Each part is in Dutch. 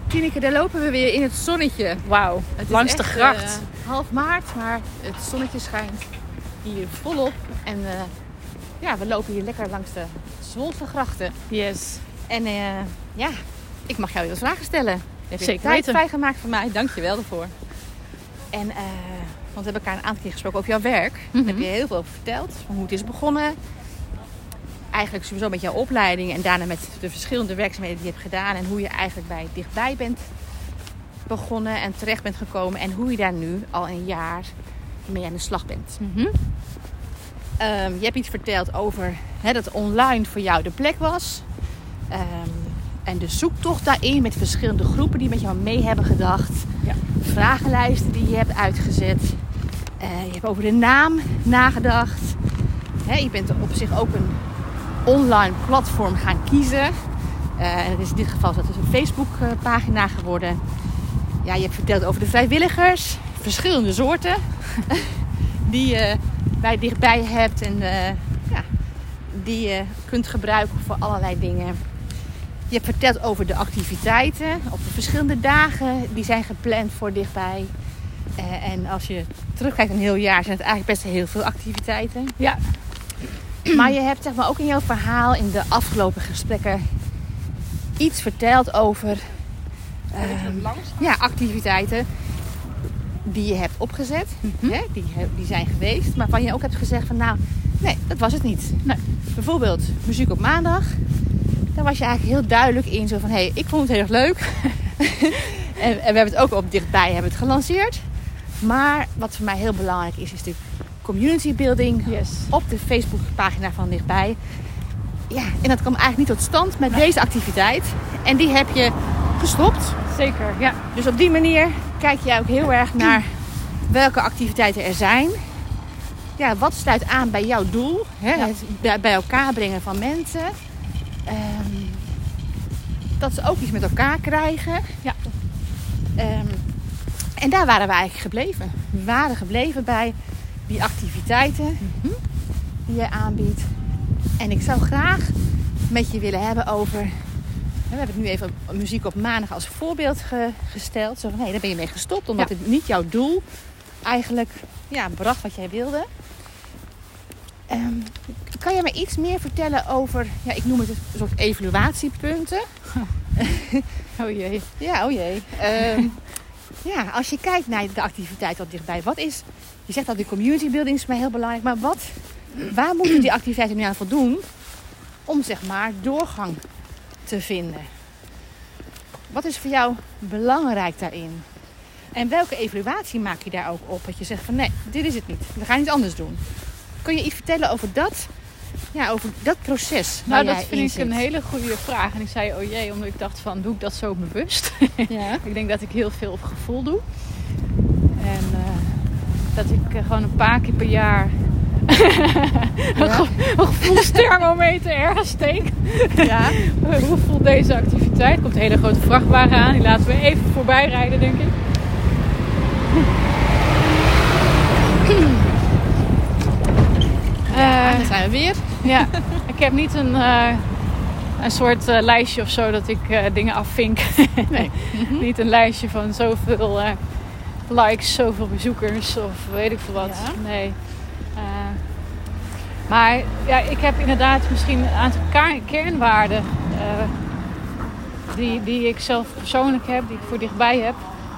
Tineke, daar lopen we weer in het zonnetje. Wauw, langs de gracht. Half maart, maar het zonnetje schijnt hier volop. En we lopen hier lekker langs de Zwolvengrachten. Yes. En ik mag jou weer wat vragen stellen. Heb je Zeker tijd weten. vrijgemaakt voor mij? Dank je wel daarvoor. En, want we hebben elkaar een aantal keer gesproken over jouw werk. Daar heb je heel veel over verteld. Van hoe het is begonnen. Eigenlijk sowieso met jouw opleiding. En daarna met de verschillende werkzaamheden die je hebt gedaan. En hoe je eigenlijk bij dichtbij bent begonnen en terecht bent gekomen. En hoe je daar nu al een jaar mee aan de slag bent. Je hebt iets verteld over dat online voor jou de plek was. En de zoektocht daarin met verschillende groepen die met jou mee hebben gedacht. Ja. Vragenlijsten die je hebt uitgezet. Je hebt over de naam nagedacht. Je bent op zich ook een online platform gaan kiezen. En het is in dit geval een Facebook pagina geworden. Ja, je hebt verteld over de vrijwilligers. Verschillende soorten. Die je bij dichtbij hebt. En die je kunt gebruiken voor allerlei dingen. Je hebt verteld over de activiteiten. Op de verschillende dagen die zijn gepland voor dichtbij. En als je terugkijkt een heel jaar zijn het eigenlijk best heel veel activiteiten. Ja. Maar je hebt ook in jouw verhaal in de afgelopen gesprekken iets verteld over activiteiten die je hebt opgezet. Die zijn geweest. Maar van je ook hebt gezegd van nee, dat was het niet. Nee. Bijvoorbeeld muziek op maandag. Daar was je eigenlijk heel duidelijk in. Zo van, ik vond het heel erg leuk. en we hebben het ook op dichtbij hebben het gelanceerd. Maar wat voor mij heel belangrijk is natuurlijk community building. Yes. Op de Facebookpagina van dichtbij. Ja, en dat kwam eigenlijk niet tot stand met deze activiteit. En die heb je gestopt. Zeker, ja. Dus op die manier kijk jij ook heel erg naar welke activiteiten er zijn. Ja, wat sluit aan bij jouw doel? Het bij elkaar brengen van mensen. Dat ze ook iets met elkaar krijgen. Ja. En daar waren we eigenlijk gebleven. We waren gebleven bij die activiteiten die jij aanbiedt. En ik zou graag met je willen hebben over... We hebben het nu even muziek op maandag als voorbeeld gesteld. Zo van, daar ben je mee gestopt. Omdat het niet jouw doel eigenlijk bracht wat jij wilde. Kan je me iets meer vertellen over... Ja, ik noem het een soort evaluatiepunten. Oh jee. Ja, oh jee. Als je kijkt naar de activiteit wat dichtbij. Wat is... Je zegt dat de community building is mij heel belangrijk. Maar waar moeten die activiteiten nu aan voldoen? Om zeg maar doorgang te vinden. Wat is voor jou belangrijk daarin? En welke evaluatie maak je daar ook op? Dat je zegt van nee, dit is het niet. We gaan iets anders doen. Kun je iets vertellen over dat? Ja, over dat proces. Nou, dat vind ik een hele goede vraag. En ik zei, oh jee, omdat ik dacht van, doe ik dat zo bewust? Ja. Ik denk dat ik heel veel op gevoel doe. En dat ik gewoon een paar keer per jaar een gevoelsthermometer ergens steek. Ja. Hoe voelt deze activiteit? Er komt een hele grote vrachtwagen aan. Die laten we even voorbij rijden, denk ik. Daar zijn we weer. Ja, ik heb niet een soort lijstje of zo dat ik dingen afvink. Nee. Niet een lijstje van zoveel likes, zoveel bezoekers of weet ik veel wat. Ja. Nee. Maar ja, ik heb inderdaad misschien een aantal kernwaarden die ik zelf persoonlijk heb, die ik voor dichtbij heb.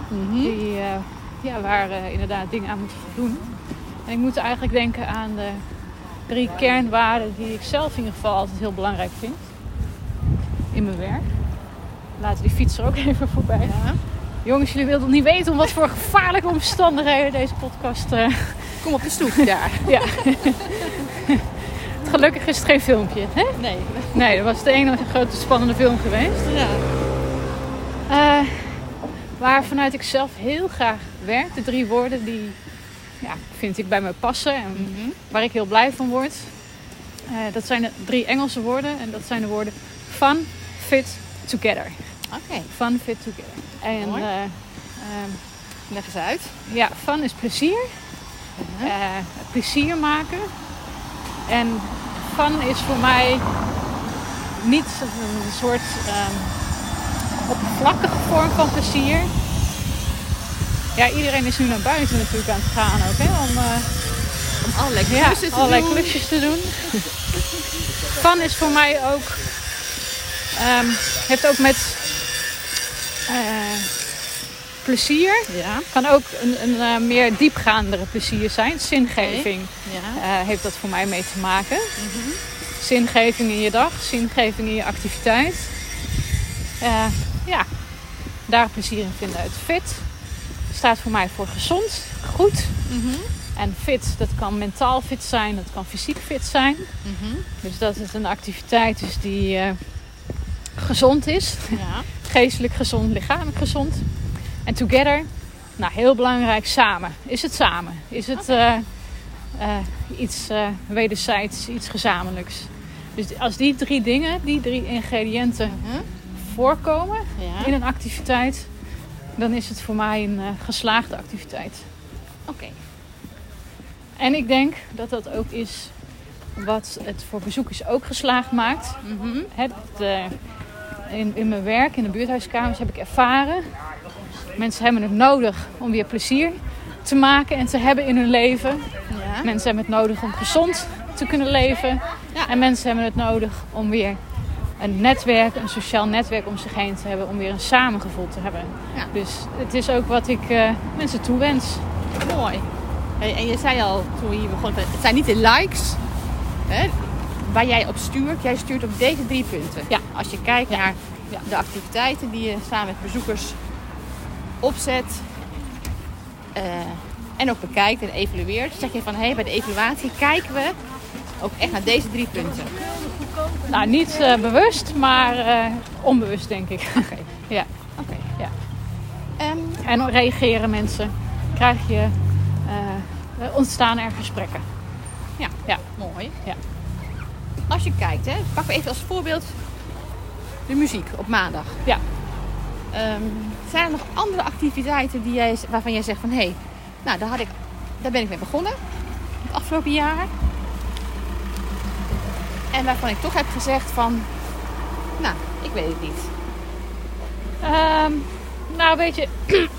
Waar inderdaad dingen aan moeten voldoen. En ik moet eigenlijk denken aan de 3 kernwaarden die ik zelf in ieder geval altijd heel belangrijk vind. In mijn werk. Laten die fiets er ook even voorbij. Ja. Jongens, jullie wilden niet weten om wat voor gevaarlijke omstandigheden deze podcast... Kom op de stoep daar. Ja. Gelukkig is het geen filmpje, hè? Nee, dat was de enige grote spannende film geweest. Ja. Waar vanuit ik zelf heel graag werk. De 3 woorden die vind ik bij me passen en waar ik heel blij van word. Dat zijn de 3 Engelse woorden. En dat zijn de woorden fun, fit, together. Oké. Fun, fit, together. En leg eens uit. ja, fun is plezier. Plezier maken. En fun is voor mij niet een soort oppervlakkige vorm van plezier. Ja, iedereen is nu naar buiten natuurlijk aan het gaan ook, hè? Om allerlei klusjes te doen. Fun is voor mij ook... heeft ook met plezier. Ja. Kan ook een meer diepgaandere plezier zijn. Zingeving heeft dat voor mij mee te maken. Mm-hmm. Zingeving in je dag. Zingeving in je activiteit. Daar plezier in vinden uit. Fit staat voor mij voor gezond, goed. Mm-hmm. En fit, dat kan mentaal fit zijn, dat kan fysiek fit zijn. Mm-hmm. Dus dat is een activiteit dus die gezond is. Ja. Geestelijk gezond, lichamelijk gezond. En together, nou heel belangrijk, samen. Is het samen? Is het iets wederzijds, iets gezamenlijks? Dus als die drie dingen, die drie ingrediënten voorkomen in een activiteit, dan is het voor mij een geslaagde activiteit. Oké. En ik denk dat dat ook is wat het voor bezoekers ook geslaagd maakt. Mm-hmm. In mijn werk, in de buurthuiskamers, heb ik ervaren. Mensen hebben het nodig om weer plezier te maken en te hebben in hun leven. Ja. Mensen hebben het nodig om gezond te kunnen leven. Ja. En mensen hebben het nodig om weer een netwerk, een sociaal netwerk om zich heen te hebben. Om weer een samengevoel te hebben. Ja. Dus het is ook wat ik mensen toewens. Mooi. Hey, en je zei al toen je begon, het zijn niet de likes waar jij op stuurt. Jij stuurt op deze 3 punten. Ja. Als je kijkt naar de activiteiten die je samen met bezoekers opzet en ook bekijkt en evalueert, zeg je van bij de evaluatie kijken we ook echt naar deze 3 punten. Nou, niet bewust, maar onbewust denk ik. Oké. Ja. Oké. Ja. En reageren mensen. Krijg je... ontstaan er gesprekken. Ja, mooi. Ja. Als je kijkt, pakken we even als voorbeeld de muziek op maandag. Ja. Zijn er nog andere activiteiten waarvan jij zegt van nou daar ben ik mee begonnen het afgelopen jaar. En waarvan ik toch heb gezegd van, nou, ik weet het niet. Nou, weet je...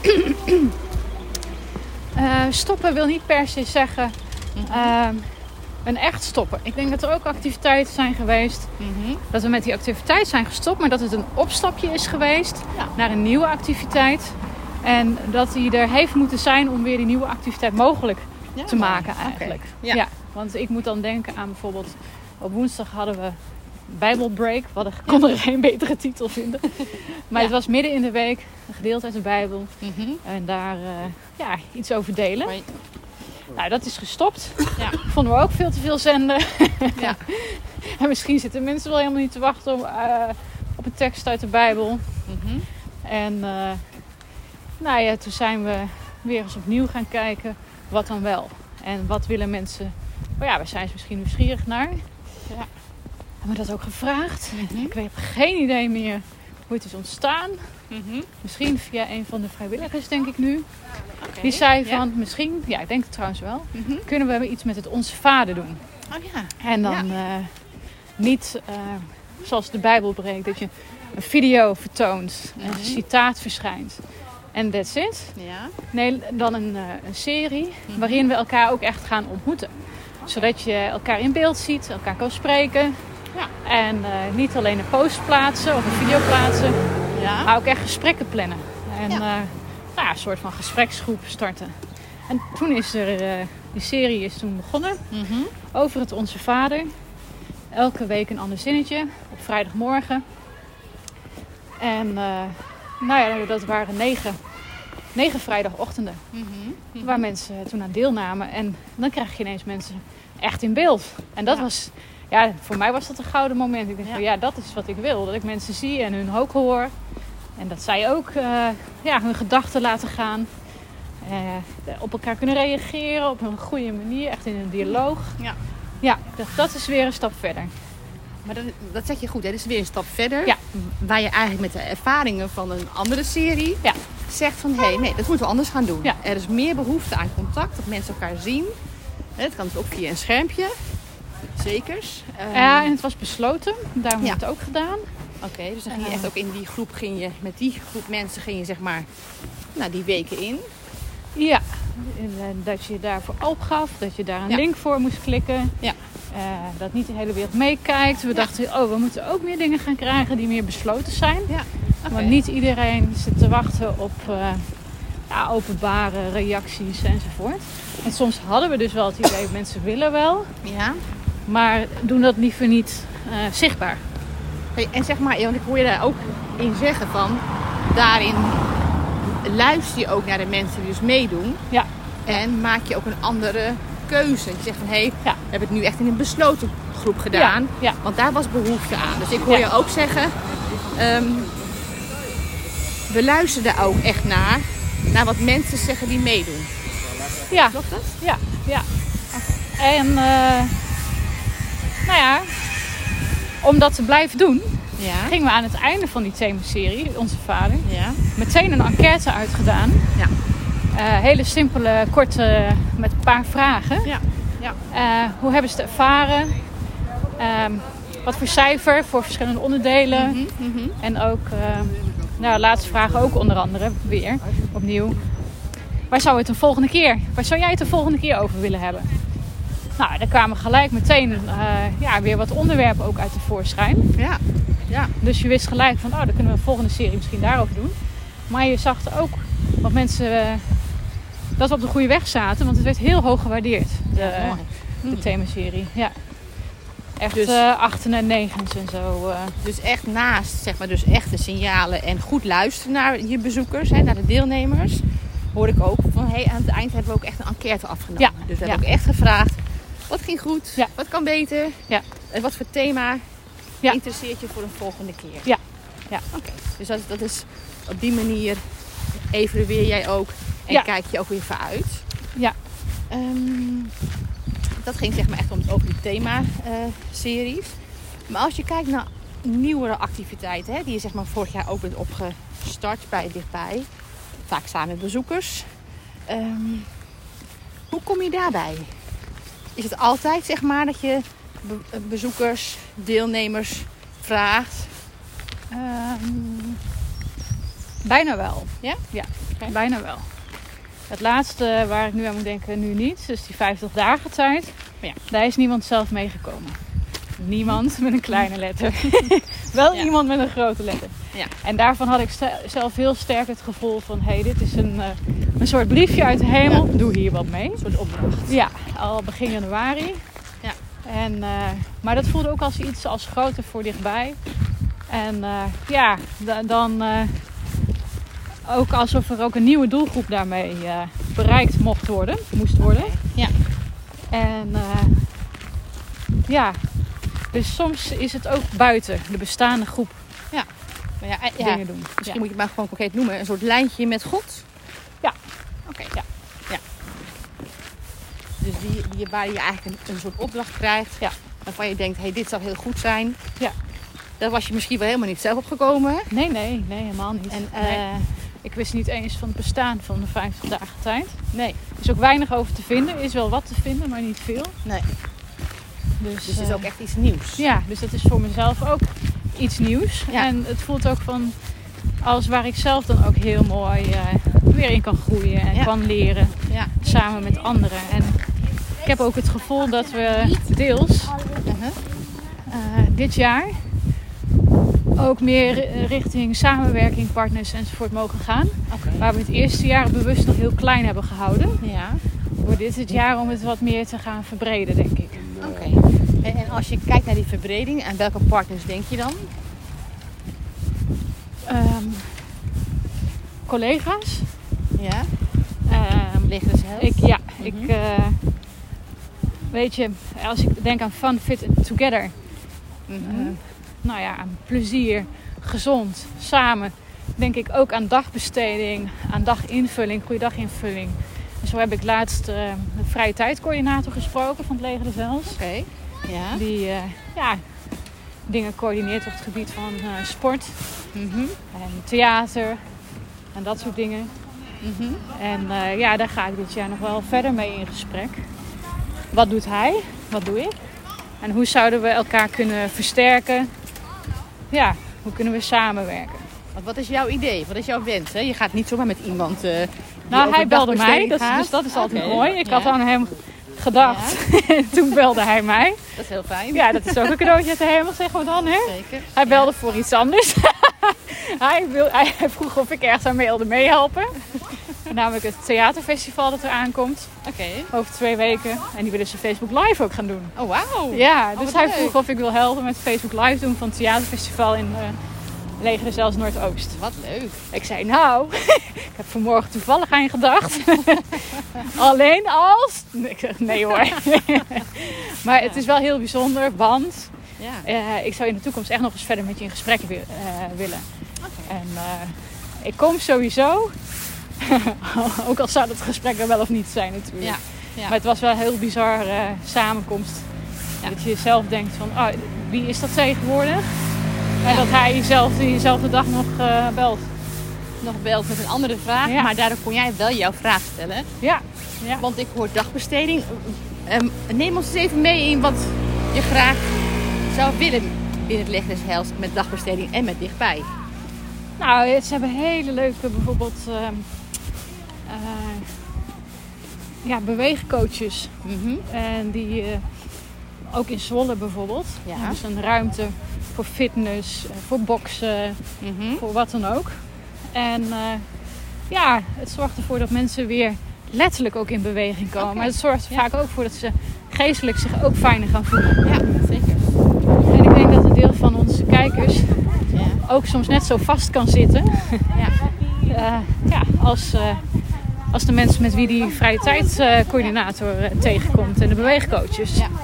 stoppen wil niet per se zeggen een echt stoppen. Ik denk dat er ook activiteiten zijn geweest. Mm-hmm. Dat we met die activiteit zijn gestopt. Maar dat het een opstapje is geweest naar een nieuwe activiteit. En dat die er heeft moeten zijn om weer die nieuwe activiteit mogelijk te maken eigenlijk. Okay. Ja, want ik moet dan denken aan bijvoorbeeld... Op woensdag hadden we Bijbelbreak. We konden er geen betere titel vinden. Maar het was midden in de week. Een gedeelte uit de Bijbel. Mm-hmm. En daar iets over delen. Hoi. Nou, dat is gestopt. Ja. Vonden we ook veel te veel zenden. Ja. En misschien zitten mensen wel helemaal niet te wachten op een tekst uit de Bijbel. Mm-hmm. En toen zijn we weer eens opnieuw gaan kijken. Wat dan wel? En wat willen mensen... waar zijn ze misschien nieuwsgierig naar? Ja. Hebben we dat ook gevraagd? Mm-hmm. Ik heb geen idee meer hoe het is ontstaan. Mm-hmm. Misschien via een van de vrijwilligers, denk ik nu. Okay. Die zei van, misschien, ik denk het trouwens wel, Mm-hmm. kunnen we iets met het Onze Vader doen. Oh ja. En dan niet zoals de Bijbel breekt, dat je een video vertoont, Mm-hmm. een citaat verschijnt. En that's it. Ja. Nee, dan een serie waarin we elkaar ook echt gaan ontmoeten. Zodat je elkaar in beeld ziet, elkaar kan spreken. Ja. En niet alleen een post plaatsen of een video plaatsen, Ja. maar ook echt gesprekken plannen. En Ja. een soort van gespreksgroep starten. En toen is die serie is toen begonnen Mm-hmm. over het Onze Vader. Elke week een ander zinnetje op vrijdagmorgen. En dat waren 9 vrijdagochtenden Mm-hmm. waar mensen toen aan deelnamen. En dan krijg je ineens mensen echt in beeld. En dat was, voor mij was dat een gouden moment. Ik dacht van dat is wat ik wil. Dat ik mensen zie en hun ook hoor. En dat zij ook hun gedachten laten gaan. Op elkaar kunnen reageren op een goede manier. Echt in een dialoog. Ja, dat is weer een stap verder. Maar dat zeg je goed, hè? Dat is weer een stap verder. Ja. Waar je eigenlijk met de ervaringen van een andere serie zegt van... nee, dat moeten we anders gaan doen. Ja. Er is meer behoefte aan contact, dat mensen elkaar zien. Het kan dus ook via een schermpje. Zekers. En het was besloten. Daarom hebben we het ook gedaan. Oké, dus dan ging je echt ook in die groep, met die groep mensen ging je zeg maar, die weken in. Ja, en dat je daarvoor opgaf, dat je daar een link voor moest klikken. Ja. Dat niet de hele wereld meekijkt. We dachten, we moeten ook meer dingen gaan krijgen die meer besloten zijn. Ja. Okay. Want niet iedereen zit te wachten op openbare reacties enzovoort. En soms hadden we dus wel het idee, mensen willen wel. Ja. Maar doen dat liever niet zichtbaar. Hey, en zeg maar, want ik hoor je daar ook in zeggen van, daarin luister je ook naar de mensen die dus meedoen. Ja. En maak je ook een andere keuze. Je zegt van, we hebben het nu echt in een besloten groep gedaan. Ja. Want daar was behoefte aan. Dus ik hoor je ook zeggen, we luisteren daar ook echt naar wat mensen zeggen die meedoen. Ja. Klopt dat? Ja. En om dat te blijven doen, gingen we aan het einde van die themaserie, Onze Vader, meteen een enquête uitgedaan. Ja. Hele simpele, korte, met een paar vragen. Ja. Hoe hebben ze het ervaren? Wat voor cijfer voor verschillende onderdelen? En ook, laatste vraag ook onder andere, weer, opnieuw. Waar zou jij het de volgende keer over willen hebben? Nou, daar kwamen gelijk meteen weer wat onderwerpen ook uit tevoorschijn. Ja. Dus je wist gelijk van, dan kunnen we een volgende serie misschien daarover doen. Maar je zag er ook wat mensen dat we op de goede weg zaten. Want het werd heel hoog gewaardeerd, de themaserie. Ja. Echt dus 8 en 9 en zo. Dus echt naast, zeg maar, dus echte signalen en goed luisteren naar je bezoekers, naar de deelnemers. Hoor ik ook van, aan het eind hebben we ook echt een enquête afgenomen. Ja. Dus we hebben ook echt gevraagd, wat ging goed? Ja. Wat kan beter? Ja. En wat voor thema interesseert je voor een volgende keer? Ja. Oké. Dus dat is op die manier evalueer jij ook en kijk je ook weer vooruit. Ja. Dat ging zeg maar echt over die thema-series. Maar als je kijkt naar nieuwere activiteiten, die je zeg maar vorig jaar ook bent opgestart bij Dichtbij. Vaak samen met bezoekers. Hoe kom je daarbij? Is het altijd zeg maar dat je bezoekers, deelnemers vraagt? Bijna wel. Ja? Ja, bijna wel. Het laatste waar ik nu aan moet denken, nu niet. Dus die 50 dagen tijd. Daar is niemand zelf meegekomen. Niemand met een kleine letter. Wel iemand met een grote letter. Ja. En daarvan had ik zelf heel sterk het gevoel van, dit is een soort briefje uit de hemel. Ja. Doe hier wat mee. Een soort opdracht. Ja, al begin januari. Ja. En, maar dat voelde ook als iets als groter voor Dichtbij. En dan ook alsof er ook een nieuwe doelgroep daarmee bereikt moest worden. Okay. Ja. En dus soms is het ook buiten de bestaande groep dingen doen. Misschien moet je het maar gewoon concreet noemen. Een soort lijntje met God. Ja. Oké. Ja. Dus waar je eigenlijk een soort opdracht krijgt. Ja. Waarvan je denkt, dit zou heel goed zijn. Ja. Daar was je misschien wel helemaal niet zelf opgekomen. Hè? Nee, helemaal niet. En ik wist niet eens van het bestaan van de 50 dagen tijd. Nee. Er is ook weinig over te vinden. Er is wel wat te vinden, maar niet veel. Nee. Dus het is ook echt iets nieuws. Ja, dus dat is voor mezelf ook iets nieuws. Ja. En het voelt ook van alles waar ik zelf dan ook heel mooi weer in kan groeien en kan leren. Ja. Samen met anderen. En ik heb ook het gevoel dat we deels dit jaar ook meer richting samenwerking, partners enzovoort mogen gaan. Okay. Waar we het eerste jaar bewust nog heel klein hebben gehouden. Ja. Wordt dit het jaar om het wat meer te gaan verbreden, denk ik. Oké. En als je kijkt naar die verbreding, aan welke partners denk je dan? Collega's. Ja. Legeres Health. Weet je, als ik denk aan fun, fit and together. Aan plezier, gezond, samen. Denk ik ook aan dagbesteding, aan daginvulling, goede daginvulling. En zo heb ik laatst een vrije tijdcoördinator gesproken van het Leger des Heils. Oké. Ja. Die dingen coördineert op het gebied van sport en theater en dat soort dingen. En daar ga ik dit jaar nog wel verder mee in gesprek. Wat doet hij? Wat doe ik? En hoe zouden we elkaar kunnen versterken? Ja, Hoe kunnen we samenwerken? Want wat is jouw idee? Wat is jouw wens? Hè? Je gaat niet zomaar met iemand... Nou, hij belde mij. Dus dat is altijd mooi. Ik had aan hem gedacht. En toen belde hij mij. Dat is heel fijn. Ja, dat is ook een cadeautje uit de hemel, zeggen we dan. Hè? Zeker. Hij belde voor iets anders. Hij vroeg of ik ergens aan wilde meehelpen. Namelijk het theaterfestival dat er aankomt. Over 2 weken. En die willen ze Facebook Live ook gaan doen. Oh, wauw. Ja, dus hij vroeg of ik wil helpen met Facebook Live doen van het theaterfestival in Leger des Heils Noordoost. Wat leuk. Ik zei, nou, ik heb vanmorgen toevallig aan je gedacht. Alleen als... Ik zeg, nee hoor. Maar het is wel heel bijzonder, want ik zou in de toekomst echt nog eens verder met je in gesprek willen. En ik kom sowieso... Ook al zou het gesprek er wel of niet zijn natuurlijk. Ja. Maar het was wel een heel bizar samenkomst. Dat je zelf denkt van, wie is dat tegenwoordig? En dat hij diezelfde dag nog belt. Nog belt met een andere vraag. Ja. Maar daardoor kon jij wel jouw vraag stellen. Ja. Want ik hoor dagbesteding. Neem ons eens even mee in wat je graag zou willen binnen het Leger des Heils met dagbesteding en met dichtbij. Nou, ze hebben hele leuke bijvoorbeeld beweegcoaches. Mm-hmm. En die ook in Zwolle bijvoorbeeld. Ja. Dus een ruimte voor fitness, voor boksen, voor wat dan ook. En het zorgt ervoor dat mensen weer letterlijk ook in beweging komen. Okay. Maar het zorgt er vaak ook voor dat ze geestelijk zich ook fijner gaan voelen. Ja, zeker. En ik denk dat een deel van onze kijkers ook soms net zo vast kan zitten. Als de mensen met wie die vrije tijdscoördinator tegenkomt en de beweegcoaches. Ja.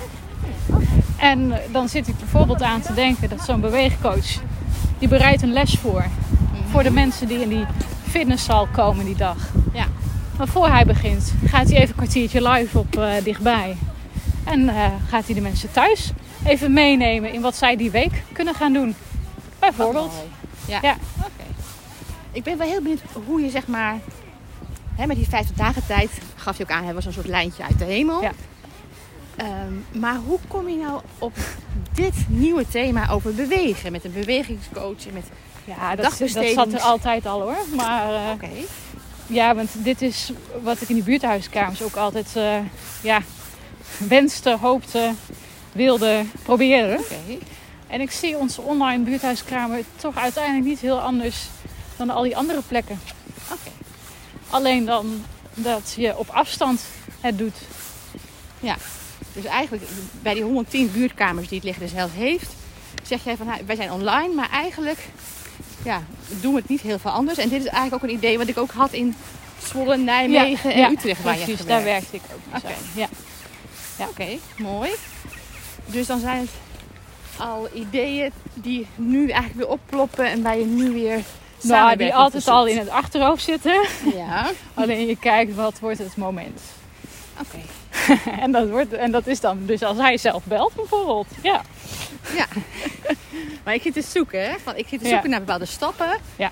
En dan zit ik bijvoorbeeld aan te denken dat zo'n beweegcoach, die bereidt een les voor de mensen die in die fitnesszal komen die dag. Ja. Maar voor hij begint, gaat hij even een kwartiertje live op dichtbij. En gaat hij de mensen thuis even meenemen in wat zij die week kunnen gaan doen. Bijvoorbeeld. Ja. Okay. Ik ben wel heel benieuwd hoe je zeg maar, met die 50 dagen tijd, gaf je ook aan, was een soort lijntje uit de hemel. Ja. Maar hoe kom je nou op dit nieuwe thema over bewegen? Met een bewegingscoach en met dagbestedings... Dat zat er altijd al hoor. Maar ja, want dit is wat ik in die buurthuiskamers ook altijd wenste, hoopte, wilde proberen. En ik zie onze online buurthuiskamer toch uiteindelijk niet heel anders dan al die andere plekken. Alleen dan dat je op afstand het doet. Ja. Dus eigenlijk bij die 110 buurtkamers die het Leger des Heils heeft, zeg jij van wij zijn online, maar eigenlijk doen we het niet heel veel anders. En dit is eigenlijk ook een idee wat ik ook had in Zwolle, Nijmegen en Utrecht. Waar precies, je daar werkte ik ook. Oké, mooi. Dus dan zijn het al ideeën die nu eigenlijk weer opploppen en waar je nu weer die altijd al in het achterhoofd zitten. Ja. Alleen je kijkt, wat wordt het moment? En dat is dan dus als hij zelf belt bijvoorbeeld. Ja. Maar ik zit te zoeken, hè? Ik zit te zoeken naar bepaalde stappen. Ja.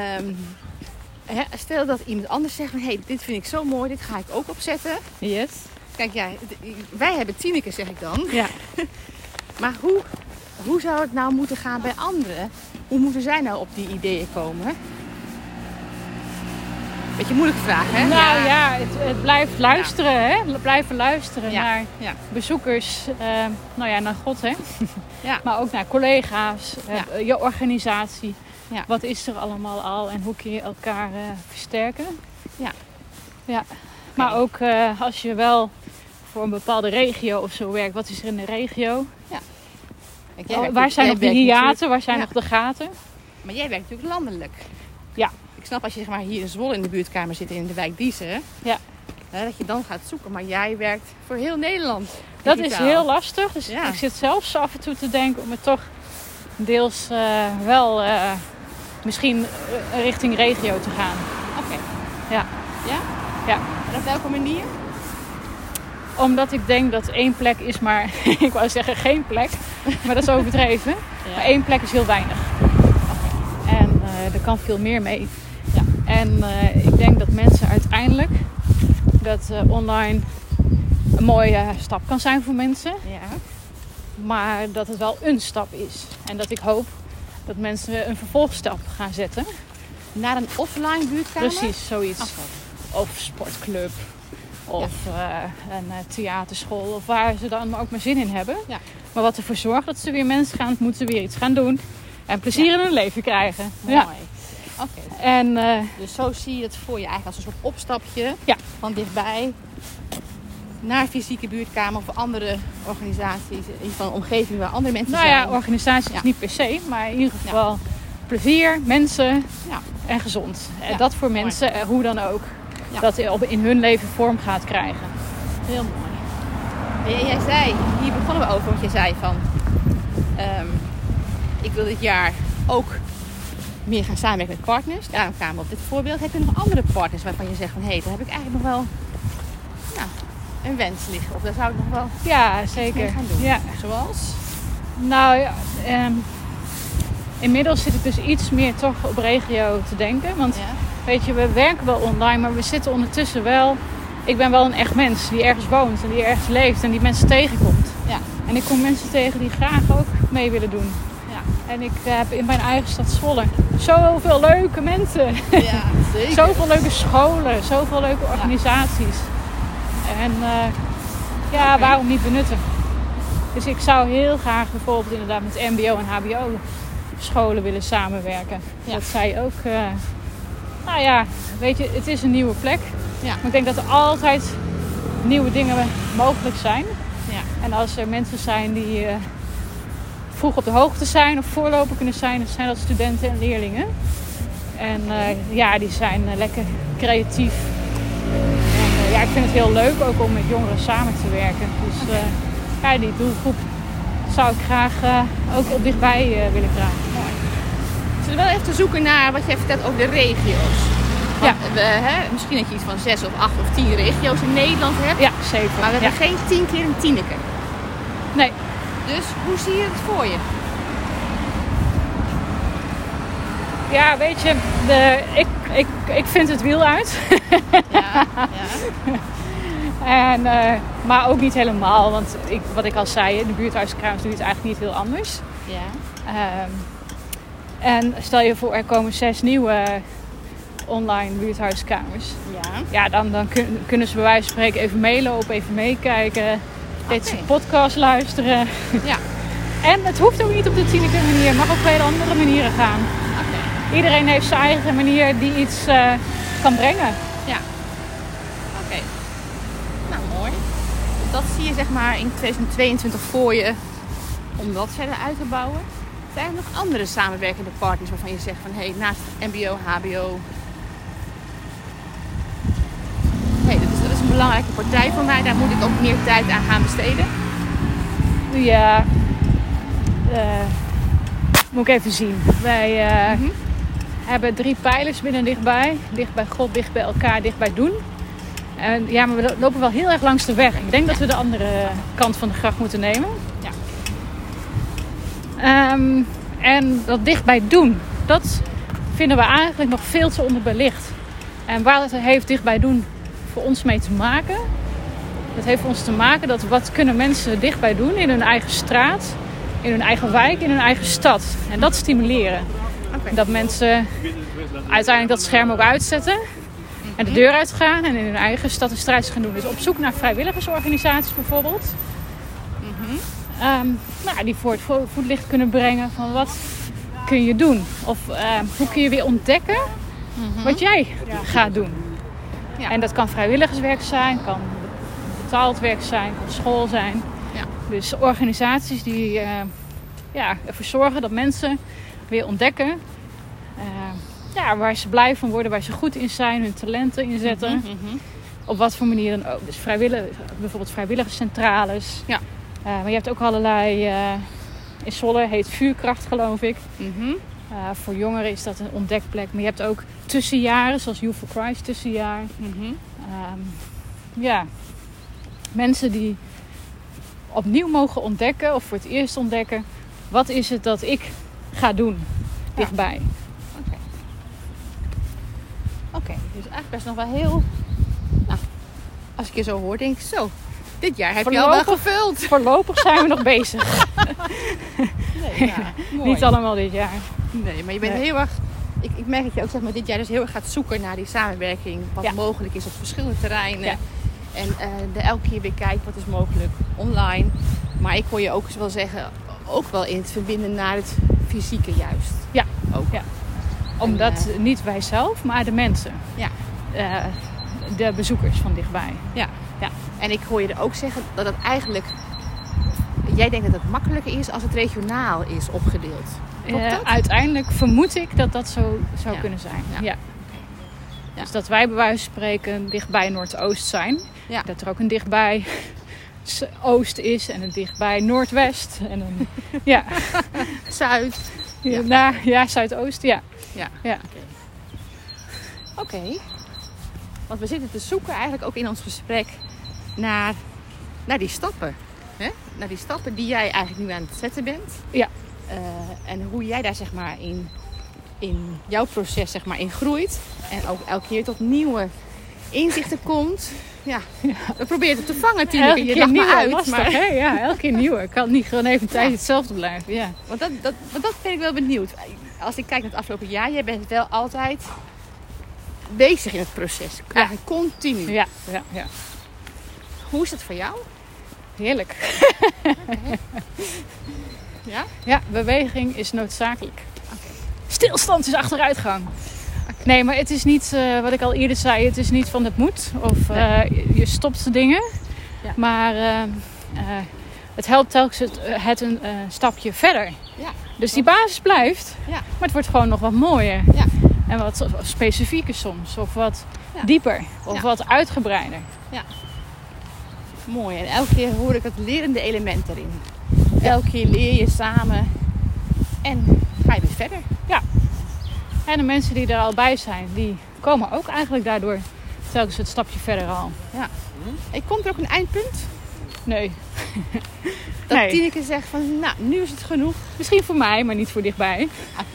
Stel dat iemand anders zegt van, dit vind ik zo mooi, dit ga ik ook opzetten. Yes. Kijk, wij hebben Tineke, zeg ik dan. Ja. Maar hoe zou het nou moeten gaan bij anderen? Hoe moeten zij nou op die ideeën komen? Beetje moeilijke vraag, hè? Nou het blijft luisteren, hè? Blijven luisteren naar bezoekers. Naar God, hè? Ja. Maar ook naar collega's, je organisatie. Ja. Wat is er allemaal al en hoe kun je elkaar versterken? Ja. Maar ook als je wel voor een bepaalde regio of zo werkt. Wat is er in de regio? Ja. Waar zijn nog de hiaten? Waar zijn nog de gaten? Maar jij werkt natuurlijk landelijk. Ja. Ik snap als je zeg maar, hier in Zwolle in de buurtkamer zit in de wijk Diezen. Ja. Dat je dan gaat zoeken. Maar jij werkt voor heel Nederland. Dat is heel lastig. Dus ik zit zelfs af en toe te denken om het toch deels wel misschien richting regio te gaan. Oké. Ja. Ja? Ja. En op welke manier? Omdat ik denk dat 1 plek is maar... ik wou zeggen geen plek. Maar dat is overdreven. Ja. Maar 1 plek is heel weinig. En er kan veel meer mee. Ja. En ik denk dat mensen uiteindelijk... dat online een mooie stap kan zijn voor mensen. Ja. Maar dat het wel een stap is. En dat ik hoop Dat mensen een vervolgstap gaan zetten. Naar een offline buurtkamer? Precies, zoiets. Okay. Of sportclub. Of een theaterschool. Of waar ze dan ook maar zin in hebben. Ja. Maar wat ervoor zorgt dat ze weer mensen gaan ontmoeten. Weer iets gaan doen. En plezier in hun leven krijgen. Mooi. Ja. Okay. En, dus zo zie je het voor je eigenlijk als een soort opstapje. Ja. Van dichtbij. Naar fysieke buurtkamer of andere organisaties. In ieder geval een omgeving waar andere mensen zijn. Nou ja, organisaties niet per se. Maar in ieder geval plezier, mensen en gezond. En dat voor mensen, hoe dan ook. Ja. Dat in hun leven vorm gaat krijgen. Heel mooi. En jij zei, hier begonnen we over, want jij zei van... ik wil dit jaar ook meer gaan samenwerken met partners. Daarom kwamen we op dit voorbeeld. Heb je nog andere partners waarvan je zegt van... daar heb ik eigenlijk nog wel een wens liggen. Of daar zou ik nog wel zeker gaan doen. Ja. Zoals? Nou ja, inmiddels zit ik dus iets meer toch op regio te denken. Want weet je, we werken wel online, maar we zitten ondertussen wel... Ik ben wel een echt mens die ergens woont en die ergens leeft en die mensen tegenkomt. Ja. En ik kom mensen tegen die graag ook mee willen doen. Ja. En ik heb in mijn eigen stad Zwolle zoveel leuke mensen. Ja, zeker. Zoveel leuke scholen, zoveel leuke organisaties. En waarom niet benutten? Dus ik zou heel graag bijvoorbeeld inderdaad met mbo en hbo scholen willen samenwerken. Ja. Dat zij ook... weet je, het is een nieuwe plek. Ja. Maar ik denk dat er altijd nieuwe dingen mogelijk zijn. Ja. En als er mensen zijn die vroeg op de hoogte zijn of voorloper kunnen zijn, dan zijn dat studenten en leerlingen. En die zijn lekker creatief. En ik vind het heel leuk ook om met jongeren samen te werken. Dus die doelgroep zou ik graag ook op dichtbij willen krijgen. Mooi. We zullen wel even zoeken naar wat jij vertelt over de regio's. Want misschien dat je iets van 6 of 8 of 10 regio's in Nederland hebt. Ja, zeker. Maar we hebben geen 10 keer een Tineke. Nee. Dus hoe zie je het voor je? Ja, weet je, ik vind het wiel uit. Ja. En, maar ook niet helemaal, want wat ik al zei, de buurthuiskamers doen het eigenlijk niet heel anders. Ja. En stel je voor, er komen 6 nieuwe online buurthuiskamers. Ja, dan kunnen ze bij wijze van spreken even meelopen, even meekijken. Deze podcast luisteren. Ja. En het hoeft ook niet op de Tineke manier, het mag ook op hele andere manieren gaan. Okay. Iedereen heeft zijn eigen manier die iets kan brengen. Ja. Oké. Nou, mooi. Dus dat zie je zeg maar in 2022 voor je om dat verder uit te bouwen. Zijn er nog andere samenwerkende partners waarvan je zegt van naast mbo, hbo... dat is een belangrijke partij voor mij. Daar moet ik ook meer tijd aan gaan besteden. Ja. Moet ik even zien. Wij hebben 3 pijlers binnen dichtbij. Dicht bij God, dicht bij elkaar, dicht bij doen. En maar we lopen wel heel erg langs de weg. Ik denk dat we de andere kant van de gracht moeten nemen. Ja. En dat dichtbij doen, dat vinden we eigenlijk nog veel te onderbelicht. En waar het heeft dichtbij doen voor ons mee te maken? Dat heeft voor ons te maken dat wat kunnen mensen dichtbij doen in hun eigen straat, in hun eigen wijk, in hun eigen stad. En dat stimuleren. Okay. Dat mensen uiteindelijk dat scherm ook uitzetten en de deur uitgaan en in hun eigen stad een strijd gaan doen. Dus op zoek naar vrijwilligersorganisaties bijvoorbeeld. Die voor het voetlicht kunnen brengen van wat kun je doen. Of hoe kun je weer ontdekken wat jij gaat doen. Ja. En dat kan vrijwilligerswerk zijn, kan betaald werk zijn, kan school zijn. Ja. Dus organisaties die ervoor zorgen dat mensen weer ontdekken waar ze blij van worden, waar ze goed in zijn, hun talenten inzetten. Op wat voor manier dan ook. Dus bijvoorbeeld vrijwilligerscentrales. Ja. Maar je hebt ook allerlei... in Zwolle heet Vuurkracht, geloof ik. Voor jongeren is dat een ontdekplek. Maar je hebt ook tussenjaren, zoals Youth for Christ tussenjaar. Mensen die opnieuw mogen ontdekken, of voor het eerst ontdekken, wat is het dat ik ga doen dichtbij. Oké, dus eigenlijk best nog wel heel... Nou, als ik je zo hoor, denk ik zo... Dit jaar heb je al wel gevuld. Voorlopig zijn we nog bezig. Nee, ja, mooi. Niet allemaal dit jaar. Nee, maar je bent heel erg... Ik merk dat je ook zeg maar, dit jaar dus heel erg gaat zoeken naar die samenwerking. Wat mogelijk is op verschillende terreinen. Ja. En elke keer weer kijken wat is mogelijk online. Maar ik hoor je ook wel zeggen, ook wel in het verbinden naar het fysieke juist. Ja, ook. Ja. Omdat niet wij zelf, maar de mensen. Ja. De bezoekers van dichtbij. Ja. En ik hoor je er ook zeggen dat het eigenlijk... Jij denkt dat het makkelijker is als het regionaal is opgedeeld. Klopt dat? Uiteindelijk vermoed ik dat dat zo zou kunnen zijn. Ja. Ja. Dus dat wij bij wijze van spreken dichtbij Noordoost zijn. Ja. Dat er ook een dichtbij Oost is en een dichtbij Noordwest. En een Zuid. Zuidoost. Ja. Ja. Oké. Want we zitten te zoeken eigenlijk ook in ons gesprek naar die stappen. Hè? Naar die stappen die jij eigenlijk nu aan het zetten bent. Ja. En hoe jij daar zeg maar in jouw proces zeg maar in groeit. En ook elke keer tot nieuwe inzichten komt. Ja. We proberen het te vangen, Tineke. Je dacht maar uit. Lastig, maar... hè? Ja, elke keer nieuw. Ik kan niet gewoon even een tijdje hetzelfde blijven. Ja. Want dat ben ik wel benieuwd. Als ik kijk naar het afgelopen jaar. Jij bent wel altijd bezig in het proces. Eigenlijk continu. Ja. Hoe is dat voor jou? Heerlijk. Ja? Ja, beweging is noodzakelijk. Stilstand is achteruitgang. Nee, maar het is niet, wat ik al eerder zei, het is niet van het moet. Of je stopt dingen. Ja. Maar het helpt telkens het een stapje verder. Ja. Dus die basis blijft. Ja. Maar het wordt gewoon nog wat mooier. Ja. En wat specifieker soms. Of wat dieper. Of wat uitgebreider. Ja. Mooi. En elke keer hoor ik het lerende element erin. Elke keer leer je samen. En ga je weer verder. Ja. En de mensen die er al bij zijn, die komen ook eigenlijk daardoor telkens het stapje verder al. Ja. En komt er ook een eindpunt? Nee. Dat Tineke zegt van, nou, nu is het genoeg. Misschien voor mij, maar niet voor dichtbij.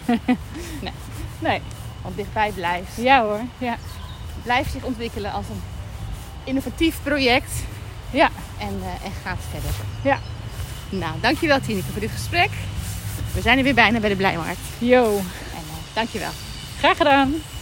Nee. Want dichtbij blijft. Ja hoor, ja. Blijft zich ontwikkelen als een innovatief project. Ja. En gaat verder. Ja. Nou, dankjewel Tineke voor dit gesprek. We zijn er weer bijna bij de Blijmarkt. Yo. En dankjewel. Graag gedaan.